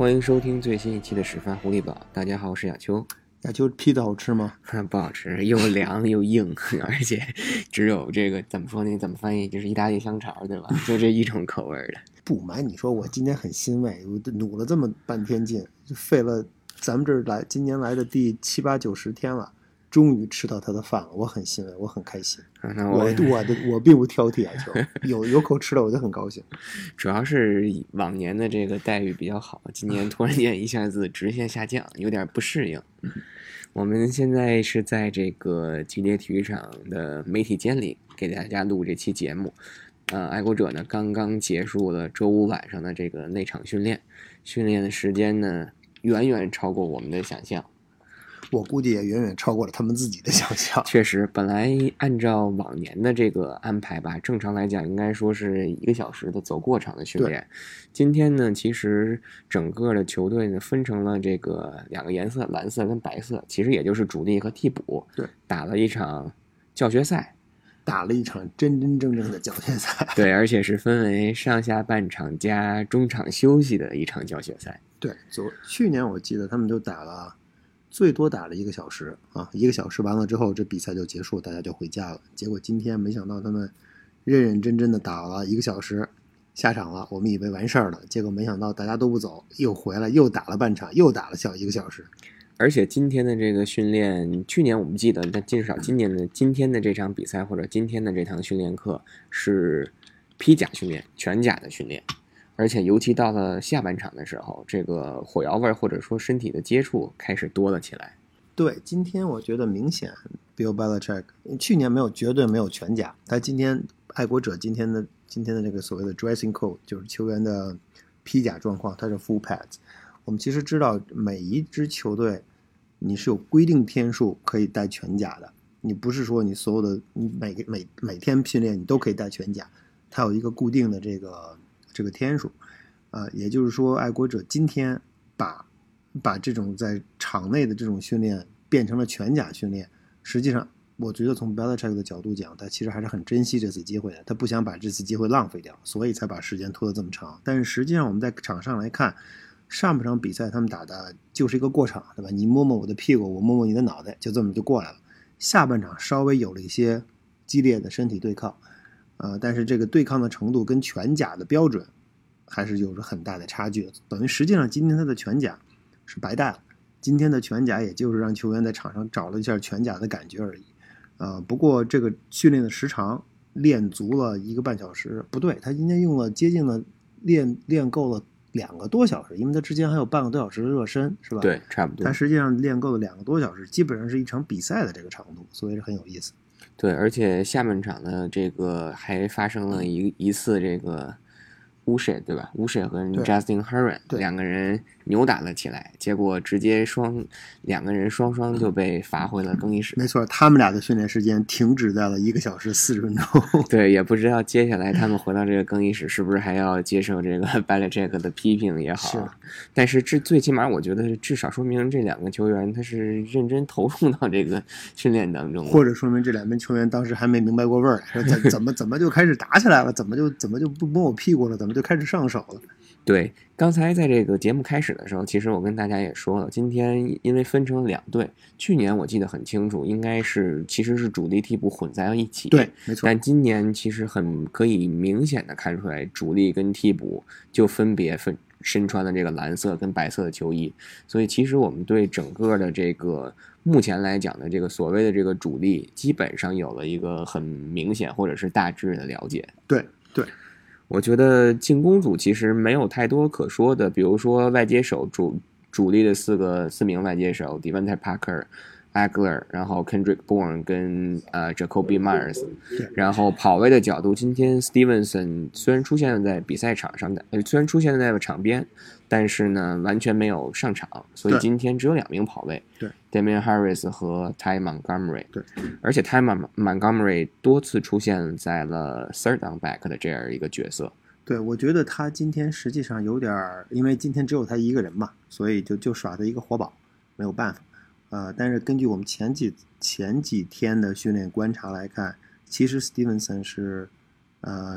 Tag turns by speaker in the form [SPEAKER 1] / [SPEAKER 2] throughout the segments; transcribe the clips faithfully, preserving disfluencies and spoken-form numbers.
[SPEAKER 1] 欢迎收听最新一期的始发狐狸堡。大家好，我是亚秋。
[SPEAKER 2] 亚秋披萨好吃吗？
[SPEAKER 1] 不好吃，又凉又硬，而且只有这个怎么说呢？怎么翻译？就是意大利香肠，对吧？就这一种口味的。
[SPEAKER 2] 不瞒你说，我今天很欣慰，我努了这么半天劲，就费了咱们这儿来今年来的第七八九十天了，终于吃到他的饭了，我很欣慰，我很开心。
[SPEAKER 1] 啊、那我
[SPEAKER 2] 我我的我并不挑剔亚秋，有有口吃的我就很高兴。
[SPEAKER 1] 主要是往年的这个待遇比较好，今年突然间一下子直线下降，有点不适应。我们现在是在这个吉列体育场的媒体间里给大家录这期节目。呃，爱国者呢刚刚结束了周五晚上的这个内场训练，训练的时间呢远远超过我们的想象。
[SPEAKER 2] 我估计也远远超过了他们自己的想象。
[SPEAKER 1] 确实，本来按照往年的这个安排吧，正常来讲应该说是一个小时的走过场的训练。今天呢，其实整个的球队呢分成了这个两个颜色，蓝色跟白色，其实也就是主力和替补，
[SPEAKER 2] 对，
[SPEAKER 1] 打了一场教学赛，
[SPEAKER 2] 打了一场真真正正的教学赛。
[SPEAKER 1] 对，而且是分为上下半场加中场休息的一场教学赛。
[SPEAKER 2] 对，昨去年我记得他们就打了。最多打了一个小时啊，一个小时完了之后，这比赛就结束，大家就回家了。结果今天没想到他们认认真真的打了一个小时，下场了。我们以为完事儿了，结果没想到大家都不走，又回来又打了半场，又打了小一个小时。
[SPEAKER 1] 而且今天的这个训练，去年我们记得，但至少今年的今天的这场比赛或者今天的这堂训练课是披甲训练，全甲的训练。而且尤其到了下半场的时候，这个火药味或者说身体的接触开始多了起来。
[SPEAKER 2] 对，今天我觉得明显 Bill Belichick 去年没有绝对没有全甲，他今天爱国者今天的今天的这个所谓的 dressing code 就是球员的披甲状况，它是 full pads。我们其实知道每一支球队你是有规定天数可以带全甲的，你不是说你所有的你每个每每天训练你都可以带全甲，它有一个固定的这个。这个天数，呃，也就是说，爱国者今天把把这种在场内的这种训练变成了全甲训练。实际上，我觉得从 Belichick 的角度讲，他其实还是很珍惜这次机会的，他不想把这次机会浪费掉，所以才把时间拖得这么长。但是实际上，我们在场上来看，上半场比赛他们打的就是一个过场，对吧？你摸摸我的屁股，我摸摸你的脑袋，就这么就过来了。下半场稍微有了一些激烈的身体对抗。呃，但是这个对抗的程度跟全甲的标准还是有着很大的差距的，等于实际上今天他的全甲是白带了。今天的全甲也就是让球员在场上找了一下全甲的感觉而已。呃，不过这个训练的时长练足了一个半小时，不对，他今天用了接近了练练够了两个多小时，因为他之前还有半个多小时的热身，是吧？
[SPEAKER 1] 对，差不多。
[SPEAKER 2] 他实际上练够了两个多小时，基本上是一场比赛的这个长度，所以是很有意思。
[SPEAKER 1] 对，而且下半场呢，这个还发生了一一次这个乌舍，对吧？乌舍和 Justin Herron 两个人扭打了起来，结果直接双两个人双双就被罚回了更衣室。
[SPEAKER 2] 没错，他们俩的训练时间停止在了一个小时四十分钟。
[SPEAKER 1] 对，也不知道接下来他们回到这个更衣室是不是还要接受这个 Belichick 的批评也好。
[SPEAKER 2] 是，
[SPEAKER 1] 但是这最起码我觉得至少说明这两个球员他是认真投入到这个训练当中，
[SPEAKER 2] 或者说明这两名球员当时还没明白过味儿，说怎怎么怎么就开始打起来了，怎么就怎么就不摸我屁股了，怎么就开始上手了。
[SPEAKER 1] 对，刚才在这个节目开始的时候，其实我跟大家也说了，今天因为分成了两队，去年我记得很清楚，应该是其实是主力替补混在了一起。
[SPEAKER 2] 对，没错。
[SPEAKER 1] 但今年其实很可以明显的看出来，主力跟替补就分别分身穿了这个蓝色跟白色的球衣，所以其实我们对整个的这个目前来讲的这个所谓的这个主力，基本上有了一个很明显或者是大致的了解。
[SPEAKER 2] 对对。
[SPEAKER 1] 我觉得进攻组其实没有太多可说的，比如说外接手主主力的四个四名外接手 Devontae Parker、Agler， 然后 Kendrick Bourne 跟呃 Jacoby Myers， 然后跑位的角度，今天 Stevenson 虽然出现了在比赛场上的，呃虽然出现在了场边，但是呢完全没有上场，所以今天只有两名跑位，
[SPEAKER 2] 对
[SPEAKER 1] Damian Harris 和 Ty Montgomery，
[SPEAKER 2] 对，
[SPEAKER 1] 而且 Ty Montgomery 多次出现在了 third down back 的这样一个角色。
[SPEAKER 2] 对，我觉得他今天实际上有点，因为今天只有他一个人嘛，所以就就耍他一个活宝，没有办法。呃，但是根据我们前几前几天的训练观察来看，其实 Stevenson 是，呃，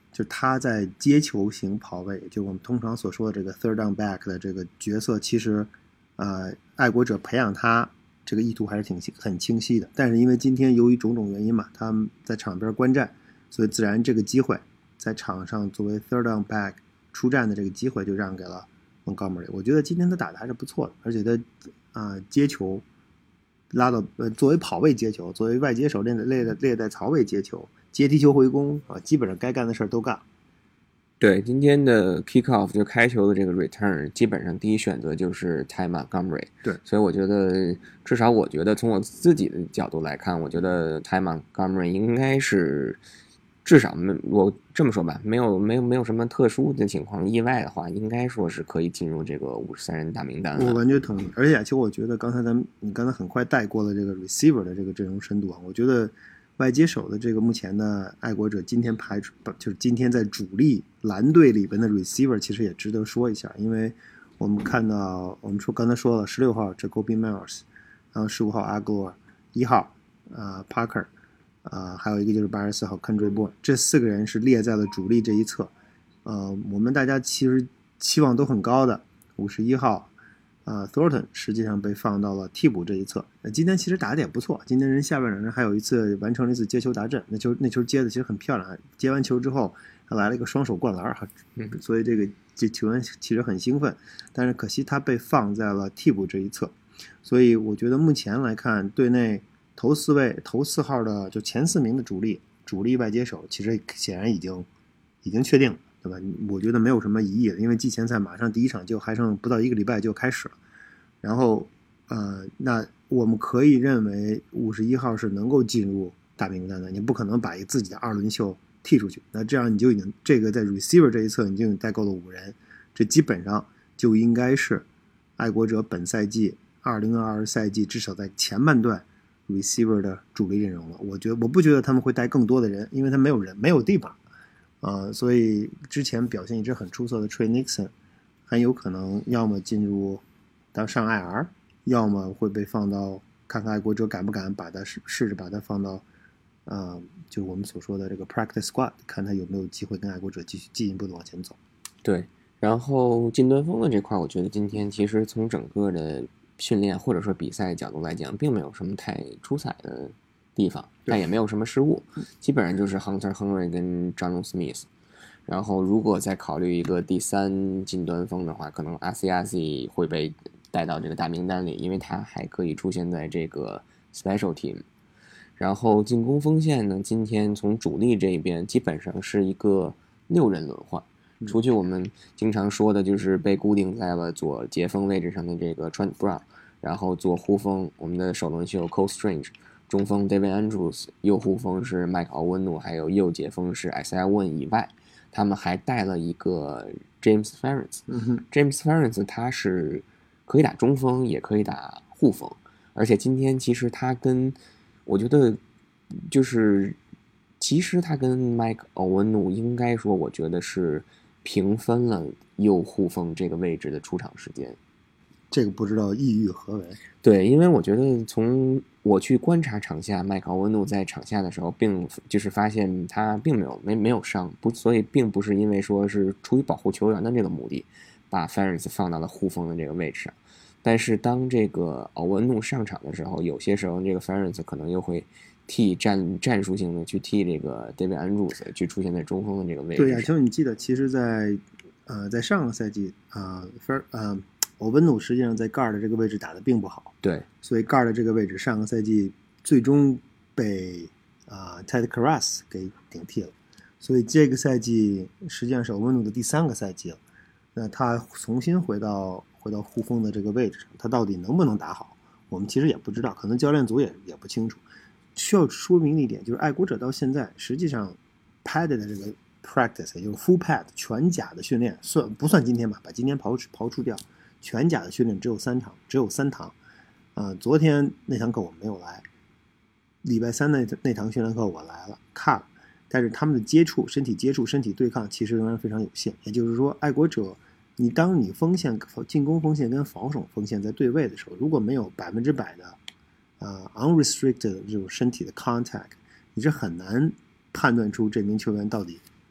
[SPEAKER 2] 就他在接球型跑位，就我们通常所说的这个 third down back 的这个角色，其实呃爱国者培养他这个意图还是挺很清晰的。但是因为今天由于种种原因嘛，他们在场边观战，所以自然这个机会在场上作为 third down back 出战的这个机会就让给了 Montgomery。我觉得今天他打的还是不错的，而且他啊、呃、接球拉到呃作为跑位接球，作为外接手列列列在槽位接球。接踢球回攻啊，基本上该干的事儿都干。
[SPEAKER 1] 对，今天的 kick off 就开球的这个 return， 基本上第一选择就是 Ty Montgomery。
[SPEAKER 2] 对，
[SPEAKER 1] 所以我觉得，至少我觉得从我自己的角度来看，我觉得 Ty Montgomery 应该是至少没我这么说吧，没有没有没有什么特殊的情况，意外的话，应该说是可以进入这个五十三人大名单了。
[SPEAKER 2] 我完全同意。而且其实我觉得刚才咱们你刚才很快带过了这个 receiver 的这个阵容深度啊，我觉得。外接手的这个目前的爱国者今天排出就是今天在主力蓝队里边的 receiver 其实也值得说一下，因为我们看到我们说刚才说了十六号 Jacoby Myers， 然后十五号 Aguilar， 一号呃 Parker， 呃还有一个就是八十四号 Kendrick Bourne， 这四个人是列在了主力这一侧。呃我们大家其实期望都很高的五十一号呃 Thornton 实际上被放到了替补这一侧。呃今天其实打的也不错，今天人下半场人还有一次完成了一次接球达阵，那球那球接的其实很漂亮，接完球之后他来了一个双手灌篮，所以这个这球员其实很兴奋，但是可惜他被放在了替补这一侧。所以我觉得目前来看，队内头四位头四号的就前四名的主力主力外接手其实显然已经已经确定了，对吧？我觉得没有什么疑义了，因为季前赛马上第一场就还剩不到一个礼拜就开始了。然后，呃，那我们可以认为五十一号是能够进入大名单的，你不可能把一自己的二轮秀剔出去。那这样你就已经这个在 receiver 这一侧你就已经带够了五人，这基本上就应该是爱国者本赛季二零二二赛季至少在前半段 receiver 的主力阵容了。我觉得我不觉得他们会带更多的人，因为他没有人，没有地方。呃，所以之前表现一直很出色的 Trey Nixon 很有可能要么进入当上 I R， 要么会被放到看看爱国者敢不敢把他试试着把他放到呃，就我们所说的这个 practice squad， 看他有没有机会跟爱国者继续进一步的往前走。
[SPEAKER 1] 对，然后近端锋的这块，我觉得今天其实从整个的训练或者说比赛角度来讲，并没有什么太出彩的地方，但也没有什么失误，基本上就是 Hunter Henry 跟 Jonnu Smith。然后如果再考虑一个第三近端锋的话，可能 R C R C 会被带到这个大名单里，因为他还可以出现在这个 Special Team。然后进攻锋线呢，今天从主力这一边基本上是一个六人轮换，除去我们经常说的就是被固定在了左截锋位置上的这个 Trent Brown， 然后左护锋我们的首轮秀 Cole Strange， 中锋 David Andrews， 右护锋是麦克奥温努，还有右截锋是 Isaiah Wynn 以外，他们还带了一个 James Ferentz。
[SPEAKER 2] 嗯、
[SPEAKER 1] James Ferentz 他是可以打中锋，也可以打护锋，而且今天其实他跟我觉得就是其实他跟麦克奥温努应该说，我觉得是平分了右护锋这个位置的出场时间。
[SPEAKER 2] 这个不知道意欲何为。
[SPEAKER 1] 对，因为我觉得从我去观察场下，麦克奥温努在场下的时候，并就是发现他并没有没没有伤，不，所以并不是因为说是出于保护球员的这个目的，把 Ferentz 放到了护锋的这个位置上。但是当这个奥温努上场的时候，有些时候这个 Ferentz 可能又会替战战术性的去替这个 David Andrews 去出现在中锋的这个位置上。
[SPEAKER 2] 对呀，就你记得，其实在呃在上个赛季啊，分呃奥温努实际上在 guard 的这个位置打得并不好，
[SPEAKER 1] 对，
[SPEAKER 2] 所以 guard 的这个位置上个赛季最终被啊、呃、Ted Karras 给顶替了，所以这个赛季实际上是奥温努的第三个赛季了。那他重新回到回到护锋的这个位置上，他到底能不能打好，我们其实也不知道，可能教练组也也不清楚。需要说明的一点就是，爱国者到现在实际上 padded 的这个 practice， 也就是 full pad 全甲的训练，算不算今天吧？把今天刨刨除掉，全甲的训练只有三场，只有三堂。啊、呃，昨天那堂课我没有来，礼拜三那那堂训练课我来了，看了，但是他们的接触、身体接触、身体对抗其实仍然非常有限。也就是说，爱国者，你当你锋线、进攻锋线跟防守锋线在对位的时候，如果没有百分之百的呃 unrestricted 这种身体的 contact， 你是很难判断出这名球员到底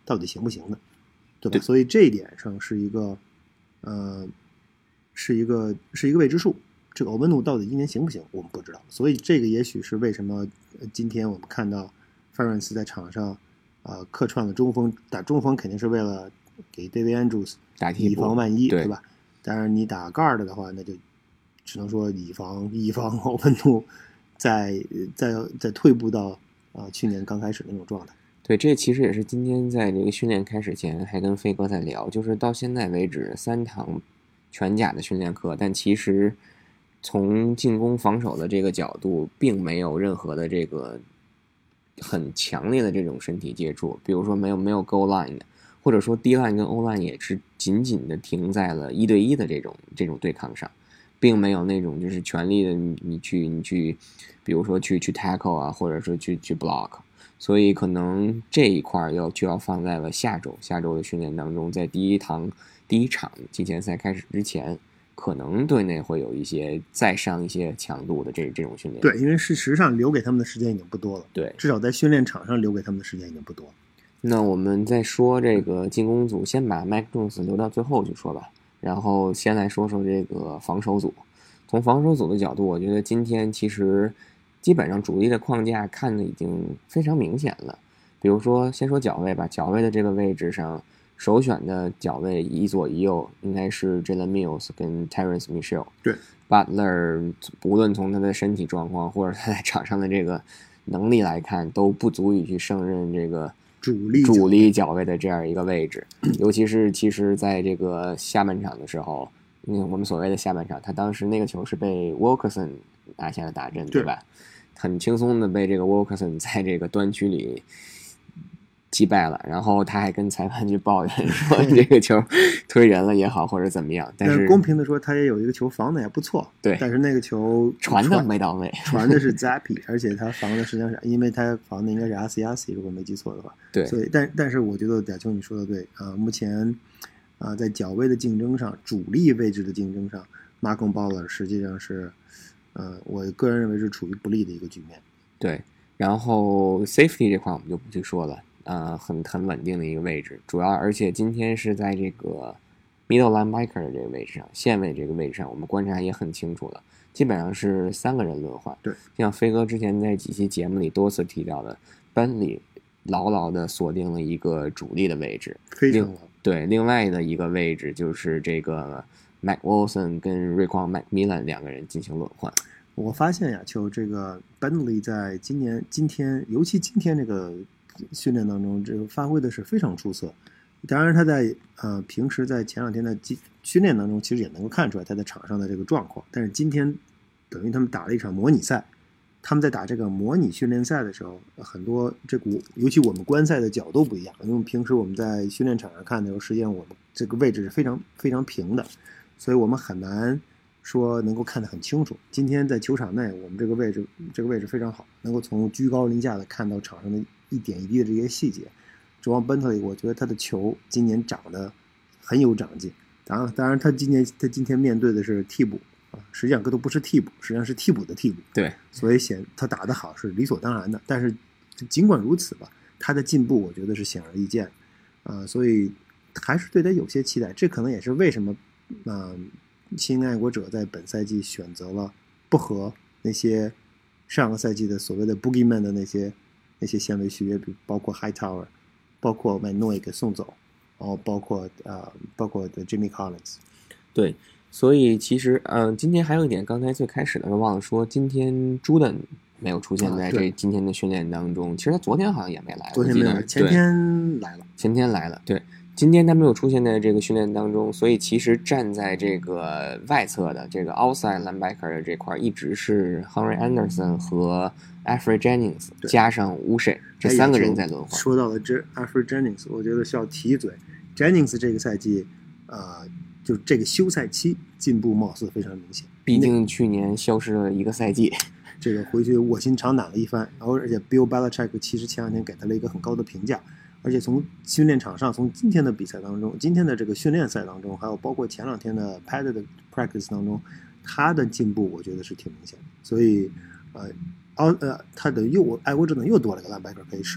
[SPEAKER 2] 到底行不行的，对吧？
[SPEAKER 1] 对，
[SPEAKER 2] 所以这一点上是一个，呃，是一个是一个未知数。这个欧文努到底今年行不行，我们不知道。所以这个也许是为什么今天我们看到 Ference 在场上，呃，客串了中锋，打中锋肯定是为了给 David Andrews
[SPEAKER 1] 打替补
[SPEAKER 2] 以防万一，
[SPEAKER 1] 对
[SPEAKER 2] 对吧？当然你打 guard 的话，那就只能说以防以防欧文努再再再退步到啊、呃、去年刚开始那种状态。
[SPEAKER 1] 对，这其实也是今天在这个训练开始前还跟飞哥在聊，就是到现在为止三堂全甲的训练课，但其实从进攻防守的这个角度，并没有任何的这个很强烈的这种身体接触，比如说没有没有 goal line 的，或者说 D line 跟 O line 也是紧紧的停在了一对一的这种这种对抗上，并没有那种就是全力的你你去你去，比如说去去 tackle 啊，或者说去去 block。所以可能这一块要就要放在了下周下周的训练当中，在第一堂第一场季前赛开始之前，可能队内会有一些再上一些强度的这这种训练。
[SPEAKER 2] 对，因为事实上留给他们的时间已经不多了。
[SPEAKER 1] 对，
[SPEAKER 2] 至少在训练场上留给他们的时间已经不多了。
[SPEAKER 1] 那我们再说这个进攻组，先把 Mac Jones 留到最后去说吧。然后先来说说这个防守组。从防守组的角度，我觉得今天其实基本上主力的框架看的已经非常明显了。比如说，先说脚位吧，脚位的这个位置上，首选的脚位一左一右应该是 Jalen Mills 跟 Terrence Mitchell。
[SPEAKER 2] 对
[SPEAKER 1] ，Butler 无论从他的身体状况或者他在场上的这个能力来看，都不足以去胜任这个
[SPEAKER 2] 主力
[SPEAKER 1] 主力脚位的这样一个位置。尤其是其实在这个下半场的时候，嗯，我们所谓的下半场，他当时那个球是被 Wilkerson 拿下了大阵，对吧？很轻松的被这个 Wilkerson 在这个端区里击败了，然后他还跟裁判去抱怨说这个球推人了也好，或者怎么样。但是
[SPEAKER 2] 公平的说，他也有一个球防的也不错，
[SPEAKER 1] 对，
[SPEAKER 2] 但是那个球
[SPEAKER 1] 传的没到位，
[SPEAKER 2] 传的是 Zappy， 而且他防的实际上是，因为他防的应该是 R C R C， 如果没记错的话。
[SPEAKER 1] 对，
[SPEAKER 2] 所以但但是我觉得贾秋你说的对啊、呃，目前啊、呃、在脚位的竞争上，主力位置的竞争上 ，Malcolm Butler 实际上是。嗯、呃，我个人认为是处于不利的一个局面。
[SPEAKER 1] 对，然后 safety 这块我们就不去说了，呃，很很稳定的一个位置，主要而且今天是在这个 middle linebacker 的这个位置上，线位这个位置上，我们观察也很清楚了，基本上是三个人轮换。
[SPEAKER 2] 对，
[SPEAKER 1] 像飞哥之前在几期节目里多次提到的，班里牢牢的锁定了一个主力的位置，
[SPEAKER 2] 非常牢。
[SPEAKER 1] 对，另外的一个位置就是这个。Mac Wilson 跟 Raekwon McMillan 两个人进行轮换。
[SPEAKER 2] 我发现呀，就这个 Bentley 在今年、今天，尤其今天这个训练当中，这个发挥的是非常出色。当然，他在呃平时在前两天的训练当中，其实也能够看出来他在场上的这个状况。但是今天等于他们打了一场模拟赛，他们在打这个模拟训练赛的时候，很多这个尤其我们观赛的角度不一样，因为平时我们在训练场上看的时候，实际上我们这个位置是非常非常平的。所以我们很难说能够看得很清楚。今天在球场内，我们这个位置这个位置非常好，能够从居高临下的看到场上的一点一滴的这些细节。指望 Bentley， 我觉得他的球今年长得很有长进。当然，当然他今年他今天面对的是替补啊，实际上这都不是替补，实际上是替补的替补。
[SPEAKER 1] 对，
[SPEAKER 2] 所以显他打得好是理所当然的。但是尽管如此吧，他的进步我觉得是显而易见啊、呃，所以还是对他有些期待。这可能也是为什么。那、呃、新爱国者在本赛季选择了不和那些上个赛季的所谓的 Boogeyman 的那些那些纤维续约，比包括 Hightower， 包括 Manoy 给送走，然后包括呃包括 Jimmy Collins。
[SPEAKER 1] 对，所以其实嗯、呃，今天还有一点，刚才最开始的时候忘了说，今天 Jordan 没有出现在这今天的训练当中。啊、其实他昨天好像也没来，
[SPEAKER 2] 昨天没来，前天来了，
[SPEAKER 1] 前天来了，对。今天他没有出现在这个训练当中，所以其实站在这个外侧的这个 outside linebacker 的这块一直是 Henry Anderson 和 Alfred Jennings 加上 Uche 这三个人在轮换。
[SPEAKER 2] 说到了这 Alfred Jennings， 我觉得需要提一嘴 ，Jennings 这个赛季，呃，就这个休赛期进步貌似非常明显。
[SPEAKER 1] 毕竟去年消失了一个赛季，
[SPEAKER 2] 这个回去卧薪尝胆了一番，然后而且 Bill Belichick 其实前两天给他了一个很高的评价。而且从训练场上，从今天的比赛当中，今天的这个训练赛当中，还有包括前两天的 padded practice 当中，他的进步我觉得是挺明显的。所以，呃，奥呃，他的又爱国者呢又多了个 linebacker 可以使，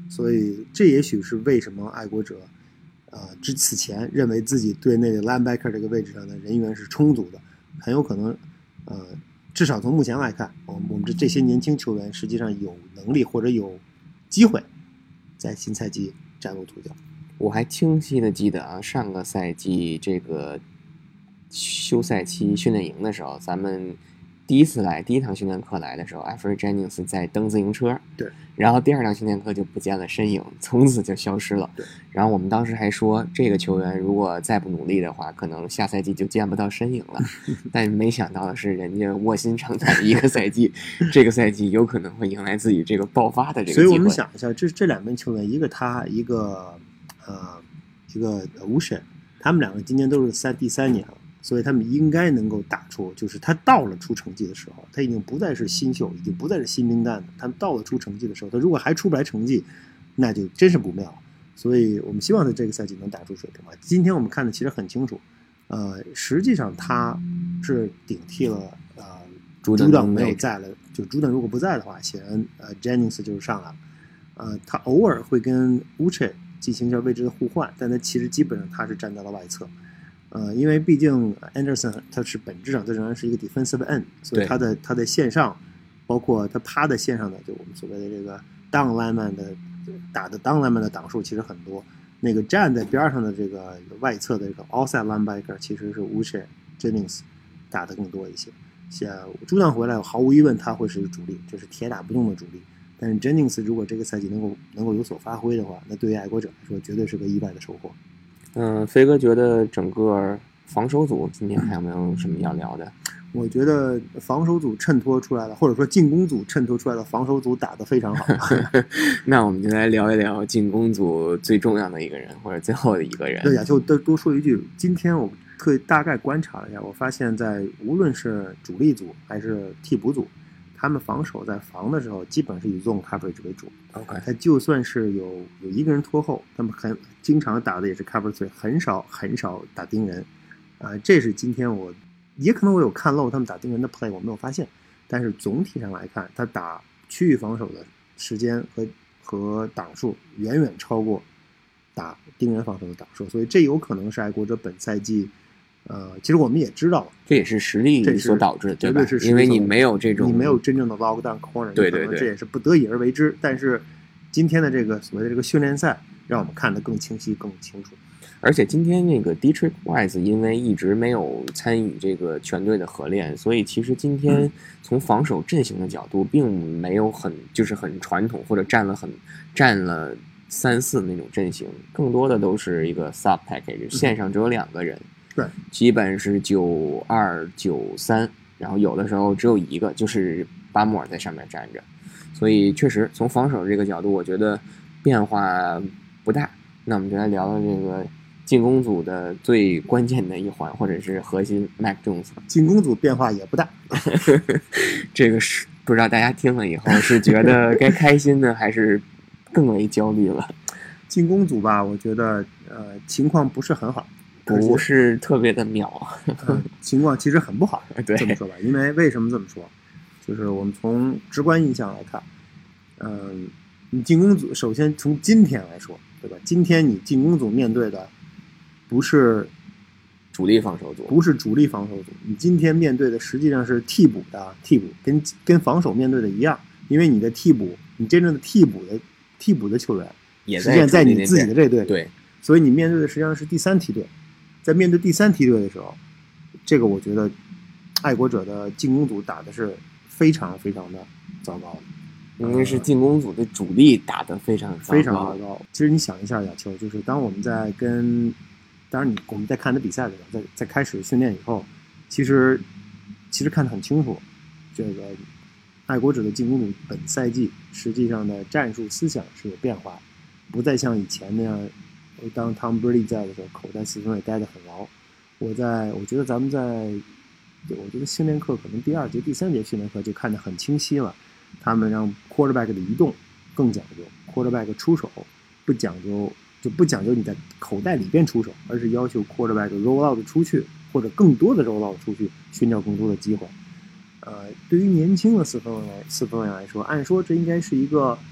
[SPEAKER 2] 所以这也许是为什么爱国者呃之此前认为自己对那个 linebacker 这个位置上的人员是充足的，很有可能呃至少从目前来看，我们我们这这些年轻球员实际上有能力或者有机会在新赛季崭露头角。
[SPEAKER 1] 我还清晰的记得啊，上个赛季这个休赛期训练营的时候，咱们第一次来第一堂训练课来的时候 Alfred Jennings 在蹬自行车，
[SPEAKER 2] 对，
[SPEAKER 1] 然后第二堂训练课就不见了身影，从此就消失了。
[SPEAKER 2] 对，
[SPEAKER 1] 然后我们当时还说，这个球员如果再不努力的话，可能下赛季就见不到身影了。但没想到的是，人家卧薪尝胆一个赛季，这个赛季有可能会迎来自己这个爆发的这个机会。
[SPEAKER 2] 所以我们想一下，这这两名球员，一个他，一个呃，一个乌什，他们两个今年都是三第三年了。所以他们应该能够打出，就是他到了出成绩的时候，他已经不再是新秀，已经不再是新兵蛋了。他们到了出成绩的时候，他如果还出不来成绩，那就真是不妙。所以我们希望在这个赛季能打出水平吧。今天我们看的其实很清楚，呃，实际上他是顶替了呃朱当没有在了，就朱当如果不在的话，显然呃 Jennings 就是上来了。呃，他偶尔会跟 Uche 进行一下位置的互换，但他其实基本上他是站在了外侧。呃，因为毕竟 Anderson 他是本质上他仍然是一个 defensive end， 所以他的他的线上，包括他趴在线上的，就我们所谓的这个 down lineman 的打的 down lineman 的档数其实很多。那个站在边上的这个外侧的这个 outside linebacker 其实是 Uche Jennings 打的更多一些。像朱当回来，毫无疑问他会是一个主力，这是铁打不动的主力。但是 Jennings 如果这个赛季能够能够有所发挥的话，那对于爱国者来说绝对是个意外的收获。
[SPEAKER 1] 嗯，飞哥觉得整个防守组今天还有没有什么要聊的？
[SPEAKER 2] 我觉得防守组衬托出来了，或者说进攻组衬托出来了，防守组打得非常好。
[SPEAKER 1] 那我们就来聊一聊进攻组最重要的一个人，或者最后的一个人。
[SPEAKER 2] 对呀，就多多说一句，今天我特大概观察了一下，我发现在无论是主力组还是替补组，他们防守在防的时候，基本是以 zone coverage 为主。
[SPEAKER 1] OK，
[SPEAKER 2] 他就算是有有一个人拖后，他们很经常打的也是 cover three， 很少很少打盯人。啊、呃，这是今天我也可能我有看漏他们打盯人的 play， 我没有发现。但是总体上来看，他打区域防守的时间和和档数远远超过打盯人防守的档数，所以这有可能是爱国者本赛季。呃，其实我们也知道，
[SPEAKER 1] 这也是实力所导致的，对吧？因为你没有这种，
[SPEAKER 2] 你没有真正的 lock down corner，
[SPEAKER 1] 对对对，
[SPEAKER 2] 这也是不得已而为之。但是今天的这个所谓的这个训练赛，让我们看得更清晰、更清楚。
[SPEAKER 1] 而且今天那个 Detroit Wise 因为一直没有参与这个全队的合练，所以其实今天从防守阵型的角度，并没有很就是很传统或者占了很占了三四那种阵型，更多的都是一个 sub package， 线上只有两个人。
[SPEAKER 2] 对，
[SPEAKER 1] 基本是九二九三，然后有的时候只有一个，就是巴莫尔在上面站着，所以确实从防守这个角度，我觉得变化不大。那我们就来聊聊这个进攻组的最关键的一环，或者是核心 Mac Jones。
[SPEAKER 2] 进攻组变化也不大，
[SPEAKER 1] 这个是不知道大家听了以后是觉得该开心呢，还是更为焦虑了？
[SPEAKER 2] 进攻组吧，我觉得呃情况不是很好。
[SPEAKER 1] 不是特别的妙，
[SPEAKER 2] 嗯，情况其实很不好。
[SPEAKER 1] 对，
[SPEAKER 2] 这么说吧，因为为什么这么说？就是我们从直观印象来看，嗯，你进攻组首先从今天来说，对吧？今天你进攻组面对的不是
[SPEAKER 1] 主力防守组，
[SPEAKER 2] 不是主力防守组，你今天面对的实际上是替补的替补，跟跟防守面对的一样，因为你的替补，你真正的替补的替补的球员，
[SPEAKER 1] 也
[SPEAKER 2] 实际上在你自己的这队里，
[SPEAKER 1] 对，
[SPEAKER 2] 所以你面对的实际上是第三梯队。在面对第三梯队的时候，这个我觉得爱国者的进攻组打的是非常非常的糟糕的，
[SPEAKER 1] 因为是进攻组的主力打得非常
[SPEAKER 2] 非常糟糕。其实你想一下，亚秋，就是当我们在跟，当然你我们在看他比赛的时候，在在开始训练以后，其实其实看得很清楚，这个爱国者的进攻组本赛季实际上的战术思想是有变化的，不再像以前那样。当 Tom Brady 在的时候，口袋四分卫待得很牢。我在，我觉得咱们在，我觉得训练课可能第二节、第三节训练课就看得很清晰了。他们让 quarterback 的移动更讲究 ，quarterback 出手不讲究，就不讲究你在口袋里边出手，而是要求 quarterback roll out 出去，或者更多的 roll out 出去，寻找更多的机会。呃，对于年轻的四分卫来四分卫来说，按说这应该是一个。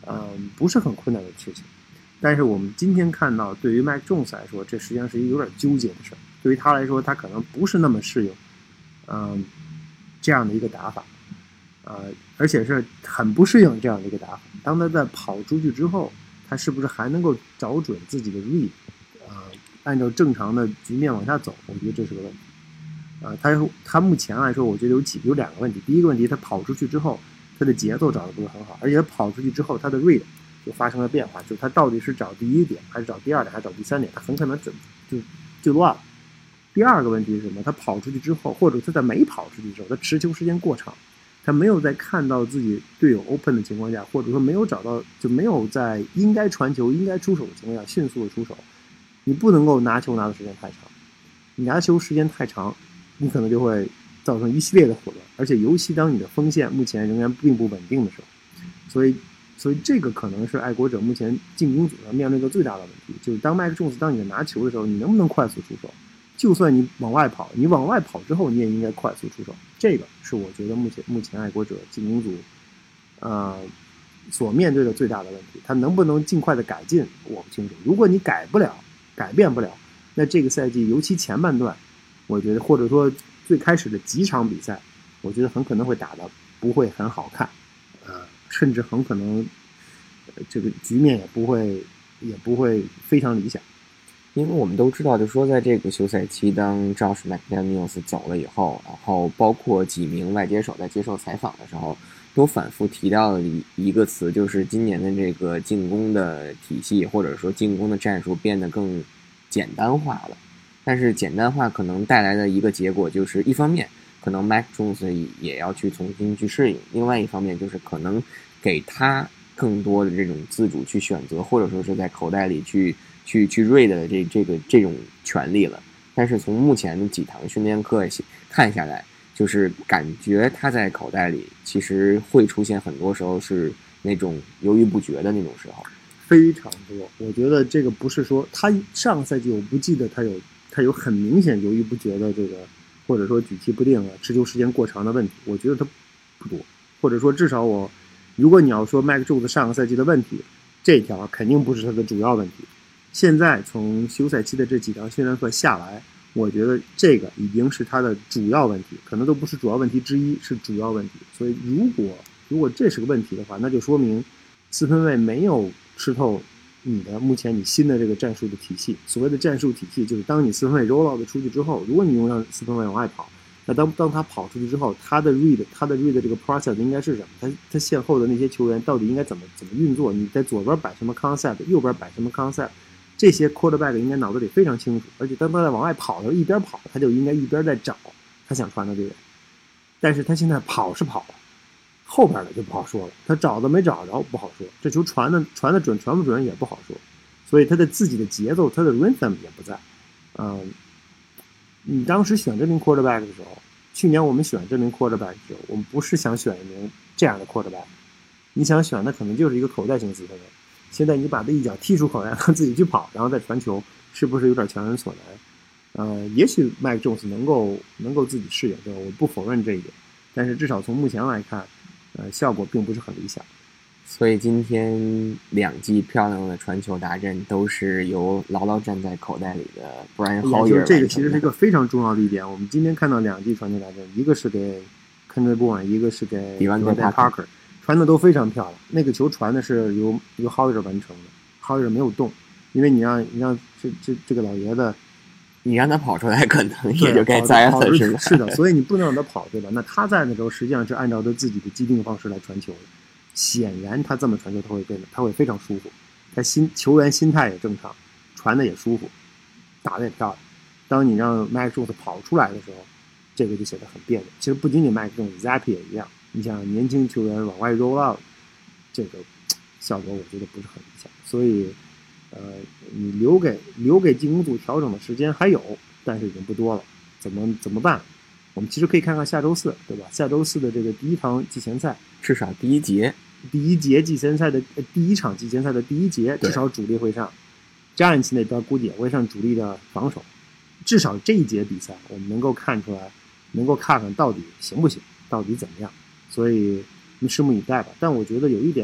[SPEAKER 2] 嗯，不是很困难的事情。但是我们今天看到，对于 Mac Jones 来说，这实际上是一个有点纠结的事儿。对于他来说，他可能不是那么适应，嗯，这样的一个打法，呃，而且是很不适应这样的一个打法。当他在跑出去之后，他是不是还能够找准自己的 read， 呃，按照正常的局面往下走？我觉得这是个问题。呃，他他目前来说，我觉得有几有两个问题。第一个问题，他跑出去之后，他的节奏找得不是很好，而且他跑出去之后，他的 read 就发生了变化，就是他到底是找第一点，还是找第二点，还是找第三点，他很可能就就就乱了。第二个问题是什么？他跑出去之后，或者他在没跑出去之后，他持球时间过长，他没有在看到自己队友 open 的情况下，或者说没有找到，就没有在应该传球、应该出手的情况下迅速的出手。你不能够拿球拿的时间太长，你拿球时间太长，你可能就会造成一系列的混乱，而且尤其当你的锋线目前仍然并不稳定的时候，所以，所以这个可能是爱国者目前进攻组上面对的最大的问题，就是当麦克琼斯当你在拿球的时候，你能不能快速出手？就算你往外跑，你往外跑之后，你也应该快速出手。这个是我觉得目前目前爱国者进攻组，呃，所面对的最大的问题。他能不能尽快的改进，我不清楚。如果你改不了，改变不了，那这个赛季尤其前半段，我觉得或者说最开始的几场比赛，我觉得很可能会打得不会很好看，呃，甚至很可能、呃、这个局面也不会也不会非常理想。
[SPEAKER 1] 因为我们都知道，就说在这个休赛期，当 Josh McDaniels 走了以后，然后包括几名外接手在接受采访的时候，都反复提到了一个词，就是今年的这个进攻的体系或者说进攻的战术变得更简单化了。但是简单化可能带来的一个结果就是，一方面可能 Mac Jones 也要去重新去适应，另外一方面就是可能给他更多的这种自主去选择，或者说是在口袋里去。去去 read 的这这个这种权利了，但是从目前的几堂训练课看下来，就是感觉他在口袋里其实会出现很多时候是那种犹豫不决的那种时候，
[SPEAKER 2] 非常多。我觉得这个不是说他上个赛季我不记得他有他有很明显犹豫不决的这个，或者说举棋不定啊、持球时间过长的问题，我觉得他不多，或者说至少我，如果你要说麦克宙斯上个赛季的问题，这条肯定不是他的主要问题。现在从休赛期的这几堂训练课下来，我觉得这个已经是他的主要问题，可能都不是主要问题之一，是主要问题。所以如果如果这是个问题的话，那就说明四分卫没有吃透你的目前你新的这个战术的体系。所谓的战术体系，就是当你四分卫 roll out 出去之后，如果你用让四分卫往外跑，那当当他跑出去之后，他的 read 他的 read 的这个 process 应该是什么？他他线后的那些球员到底应该怎么怎么运作？你在左边摆什么 concept， 右边摆什么 concept？这些 quarterback 应该脑子里非常清楚，而且当他在往外跑的时候，一边跑他就应该一边在找他想传的队员。但是他现在跑是跑了，后边的就不好说了，他找的没找着不好说，这球传的传的准传不准也不好说，所以他的自己的节奏，他的 rhythm 也不在。嗯，你当时选这名 quarterback 的时候，去年我们选这名 quarterback 的时候，我们不是想选一名这样的 quarterback， 你想选的可能就是一个口袋型四分卫。现在你把他一脚踢出口袋，让自己去跑，然后再传球，是不是有点强人所难？呃，也许 Mac Jones 能够能够自己适应，对吧？我不否认这一点，但是至少从目前来看，呃，效果并不是很理想。
[SPEAKER 1] 所以今天两记漂亮的传球达阵都是由牢牢站在口袋里的 Brian Hoyer。
[SPEAKER 2] 这个其实是一个非常重要的一点。我们今天看到两记传球达阵，一个是给 Kendrick Bourne， 一个是给
[SPEAKER 1] Devontae Parker。
[SPEAKER 2] 传的都非常漂亮，那个球传的是由由 Hoyer 完成的 ，Hoyer 没有动，因为你让你让这这这个老爷子，
[SPEAKER 1] 你让他跑出来，可能也就该栽了，是吧？
[SPEAKER 2] 是的，所以你不能让他跑，对吧？那他在的时候，实际上是按照他自己的既定方式来传球的。显然，他这么传球，他会变得他会非常舒服，他心球员心态也正常，传的也舒服，打的也漂亮。当你让 Mac Jones 跑出来的时候，这个就显得很别扭。其实不仅仅 Mac Jones，Zappy 也一样。你像年轻球员往外 roll out， 这个效果我觉得不是很理想，所以，呃，你留给留给进攻组调整的时间还有，但是已经不多了，怎么怎么办？我们其实可以看看下周四，对吧？下周四的这个第一场季前赛，
[SPEAKER 1] 至少第一节，
[SPEAKER 2] 第一节季前赛的、呃、第一场季前赛的第一节，至少主力会上。Giants 那边估计也会上主力的防守，至少这一节比赛我们能够看出来，能够看看到底行不行，到底怎么样。所以你拭目以待吧。但我觉得有一点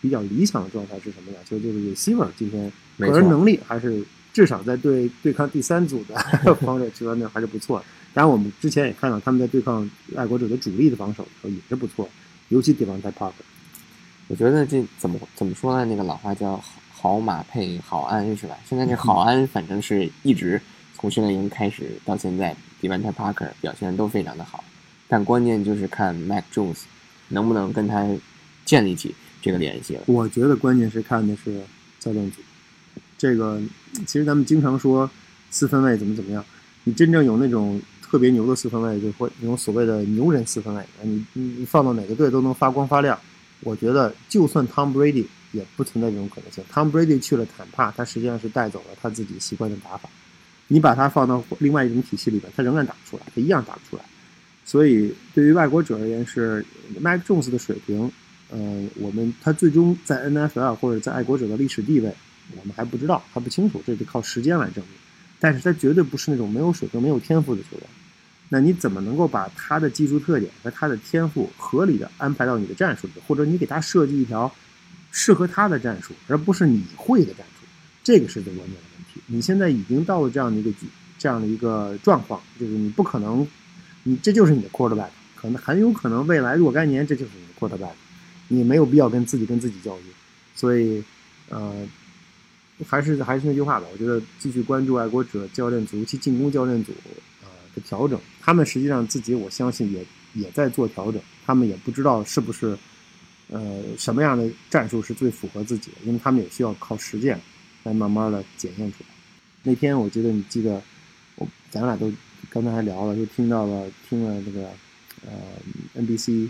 [SPEAKER 2] 比较理想的状态是什么呀？就就是 receiver 今天
[SPEAKER 1] 没错
[SPEAKER 2] 个人能力还是至少在对对抗第三组的防守球员呢还是不错的。当然，我们之前也看到他们在对抗爱国者的主力的防守的时候也是不错，尤其 Devontae Parker。
[SPEAKER 1] 我觉得这怎么怎么说呢？那个老话叫好马配好鞍是吧？现在这好鞍反正是一直从训练营开始到现在 ，Devontae Parker 表现都非常的好，但关键就是看 Mac Jones 能不能跟他建立起这个联系了。
[SPEAKER 2] 我觉得关键是看的是教练组。这个其实咱们经常说四分卫怎么怎么样，你真正有那种特别牛的四分卫，就或那种所谓的牛人四分卫，你你你放到哪个队都能发光发亮。我觉得就算 Tom Brady 也不存在这种可能性。Tom Brady 去了坦帕，他实际上是带走了他自己习惯的打法。你把他放到另外一种体系里边，他仍然打不出来，他一样打不出来。所以对于外国者而言，是 Mac Jones 的水平，呃，我们他最终在 N F L 或者在爱国者的历史地位，我们还不知道，还不清楚，这得靠时间来证明。但是他绝对不是那种没有水平、没有天赋的球员。那你怎么能够把他的技术特点和他的天赋合理的安排到你的战术里，或者你给他设计一条适合他的战术，而不是你会的战术？这个是最关键的问题。你现在已经到了这样的一个这样的一个状况，就是你不可能，你这就是你的 quarterback， 可能很有可能未来若干年这就是你的 quarterback， 你没有必要跟自己跟自己较劲。所以，呃，还是还是那句话吧，我觉得继续关注爱国者教练组及进攻教练组啊、呃、的调整，他们实际上自己我相信也也在做调整，他们也不知道是不是呃什么样的战术是最符合自己的，因为他们也需要靠实践来慢慢的检验出来。那天我觉得你记得我咱俩都刚才还聊了，就听到了听了那个呃 N B C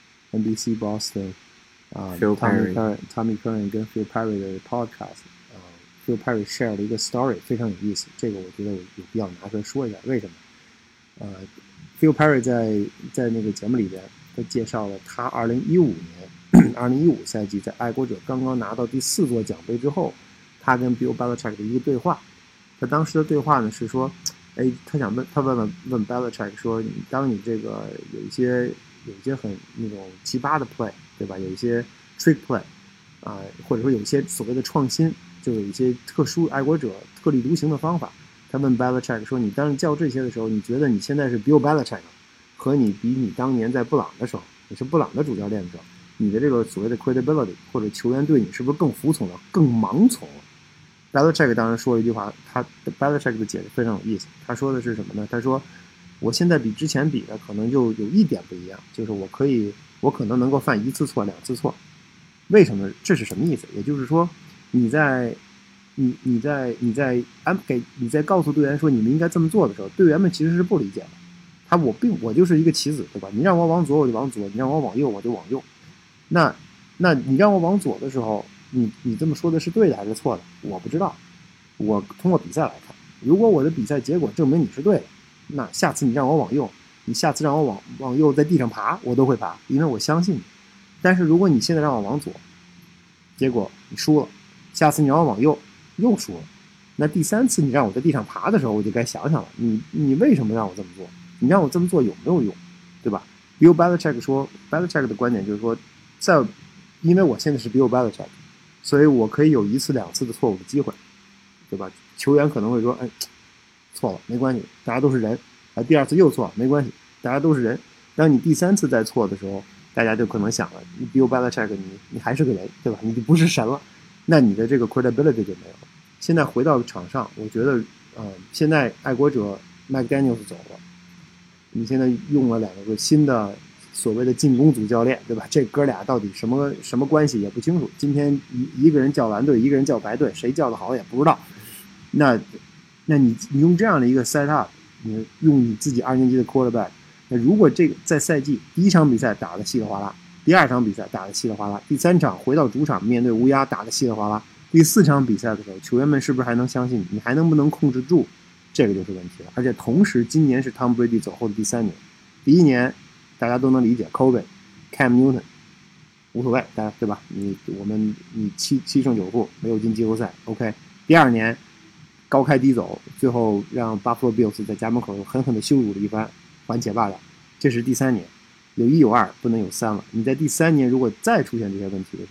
[SPEAKER 2] N B C Boston 啊、呃、Tommy Curran Tommy Curran 跟 Phil Perry 的 podcast 啊、呃、Phil Perry share 了一个 story 非常有意思，这个我觉得有必要拿出来说一下。为什么？呃 Phil Perry 在在那个节目里边他介绍了他二零一五年二零一五赛季在爱国者刚刚拿到第四座奖杯之后，他跟 Bill Belichick 的一个对话。他当时的对话呢是说，哎，他想问他问问问 Belichick 说，当你这个有一些有一些很那种奇葩的 play， 对吧？有一些 trick play 啊、呃，或者说有一些所谓的创新，就有一些特殊爱国者特立独行的方法。他问 Belichick 说，你当你叫这些的时候，你觉得你现在是 Bill Belichick 和你比你当年在布朗的时候，你是布朗的主教练的时候，你的这个所谓的 credibility 或者球员对你是不是更服从了，更盲从了？Belichick 当然说了一句话，他 Belichick 的解释非常有意思。他说的是什么呢？他说，我现在比之前比的可能就有一点不一样，就是我可以，我可能能够犯一次错、两次错。为什么？这是什么意思？也就是说，你在你你在你在安给你在告诉队员说你们应该这么做的时候，队员们其实是不理解的。他我并我就是一个棋子，对吧？你让我往左我就往左，你让我往右我就往右。那那你让我往左的时候，你你这么说的是对的还是错的？我不知道。我通过比赛来看，如果我的比赛结果证明你是对的，那下次你让我往右，你下次让我往往右在地上爬，我都会爬，因为我相信你。但是如果你现在让我往左，结果你输了，下次你让我往右又输了，那第三次你让我在地上爬的时候，我就该想想了，你你为什么让我这么做？你让我这么做有没有用？对吧？ Bill Belichick 说 Belichick 的观点就是说，在因为我现在是 Bill Belichick，所以我可以有一次两次的错误的机会，对吧？球员可能会说，哎，错了没关系，大家都是人。啊，第二次又错了没关系，大家都是人。当你第三次再错的时候，大家就可能想了，你 Bill Belichick 你你还是个人，对吧？你就不是神了，那你的这个 credibility 就没有了。现在回到场上，我觉得，呃，现在爱国者 McDaniels 走了，你现在用了两个新的所谓的进攻组教练，对吧？这哥俩到底什么什么关系也不清楚。今天一一个人叫蓝队，一个人叫白队，谁叫的好也不知道。那，那你你用这样的一个 set up， 你用你自己二年级的 quarterback， 那如果这个在赛季第一场比赛打得稀里哗啦，第二场比赛打得稀里哗啦，第三场回到主场面对乌鸦打得稀里哗啦，第四场比赛的时候，球员们是不是还能相信你？你还能不能控制住？这个就是问题了。而且同时，今年是 Tom Brady 走后的第三年，第一年大家都能理解 ，Kobe、Cam Newton 无所谓，大家对吧？你我们你七七胜九负没有进季后赛 ，OK。第二年高开低走，最后让 Buffalo Bills 在家门口狠狠地羞辱了一番，还且罢了。这是第三年，有一有二，不能有三了。你在第三年如果再出现这些问题的时候，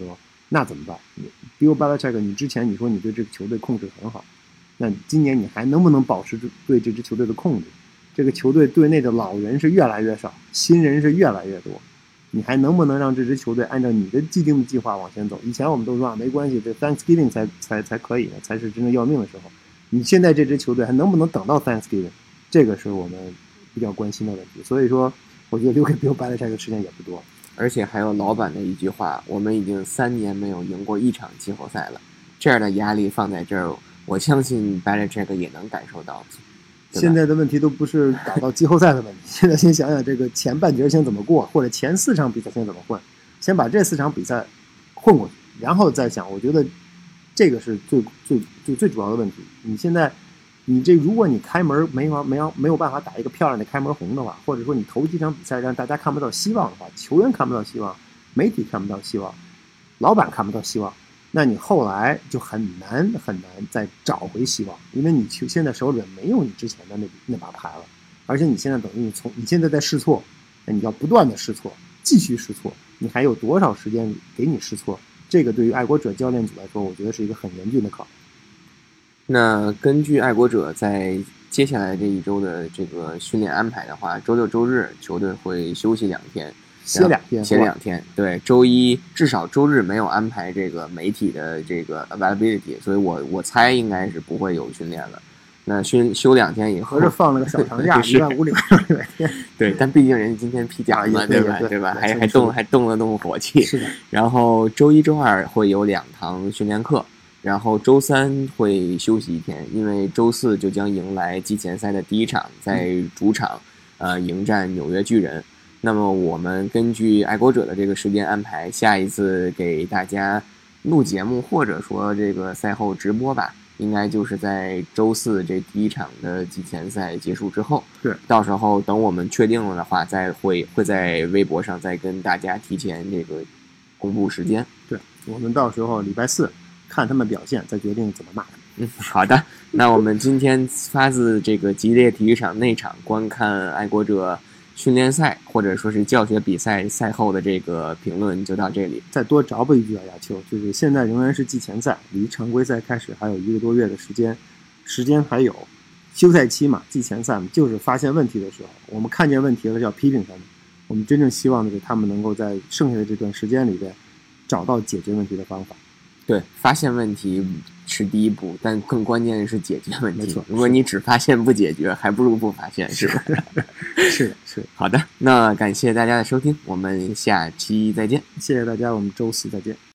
[SPEAKER 2] 那怎么办 ？Bill Belichick， 你之前你说你对这个球队控制很好，那今年你还能不能保持对这支球队的控制？这个球队队内的老人是越来越少，新人是越来越多，你还能不能让这支球队按照你的既定的计划往前走？以前我们都说啊，没关系，这 Thanksgiving 才才才可以的，才是真正要命的时候。你现在这支球队还能不能等到 Thanksgiving？ 这个是我们比较关心的问题。所以说，我觉得留给 Bill Belichick 的时间也不多。
[SPEAKER 1] 而且还有老板的一句话：我们已经三年没有赢过一场季后赛了。这样的压力放在这儿，我相信 Belichick 也能感受到。
[SPEAKER 2] 现在的问题都不是打到季后赛的问题，现在先想想这个前半节先怎么过，或者前四场比赛先怎么混，先把这四场比赛混过去，然后再想。我觉得这个是最最最最主要的问题。你现在你这如果你开门没法没有没有办法打一个漂亮的开门红的话，或者说你头几场比赛让大家看不到希望的话，球员看不到希望，媒体看不到希望，老板看不到希望，那你后来就很难很难再找回希望，因为你现在手里没有你之前的那那把牌了，而且你现在等于你从你现在在试错，那你要不断的试错，继续试错，你还有多少时间给你试错？这个对于爱国者教练组来说，我觉得是一个很严峻的考验。
[SPEAKER 1] 那根据爱国者在接下来这一周的这个训练安排的话，周六周日球队会休息两天。
[SPEAKER 2] 歇两天，
[SPEAKER 1] 歇两天，对，周一至少周日没有安排这个媒体的这个 availability， 所以我我猜应该是不会有训练了。那训休两天以后，
[SPEAKER 2] 合着放了个小长假，一万五里边天。
[SPEAKER 1] 对，但毕竟人家今天批假嘛，
[SPEAKER 2] 啊、
[SPEAKER 1] 对吧？
[SPEAKER 2] 对,
[SPEAKER 1] 对吧？还还动还动了动火气。
[SPEAKER 2] 是的。
[SPEAKER 1] 然后周一周二会有两堂训练课，然后周三会休息一天，因为周四就将迎来季前赛的第一场，在主场呃迎战纽约巨人。那么我们根据爱国者的这个时间安排，下一次给大家录节目或者说这个赛后直播吧，应该就是在周四这第一场的季前赛结束之后。
[SPEAKER 2] 对，
[SPEAKER 1] 到时候等我们确定了的话，再会会在微博上再跟大家提前这个公布时间。
[SPEAKER 2] 对，我们到时候礼拜四看他们表现，再决定怎么骂他们。
[SPEAKER 1] 嗯，好的。那我们今天发自这个激烈体育场内场观看爱国者训练赛或者说是教学比赛赛后的这个评论就到这里。
[SPEAKER 2] 再多着补一句啊，亚秋，就是现在仍然是季前赛，离常规赛开始还有一个多月的时间，时间还有休赛期嘛，季前赛嘛，就是发现问题的时候，我们看见问题了要批评他们，我们真正希望的是他们能够在剩下的这段时间里边找到解决问题的方法。
[SPEAKER 1] 对，发现问题是第一步，但更关键的是解决问题。
[SPEAKER 2] 没错，
[SPEAKER 1] 如果你只发现不解决，还不如不发现，是吧？
[SPEAKER 2] 是是。
[SPEAKER 1] 好的，那感谢大家的收听，我们下期再见。
[SPEAKER 2] 谢谢大家，我们周四再见。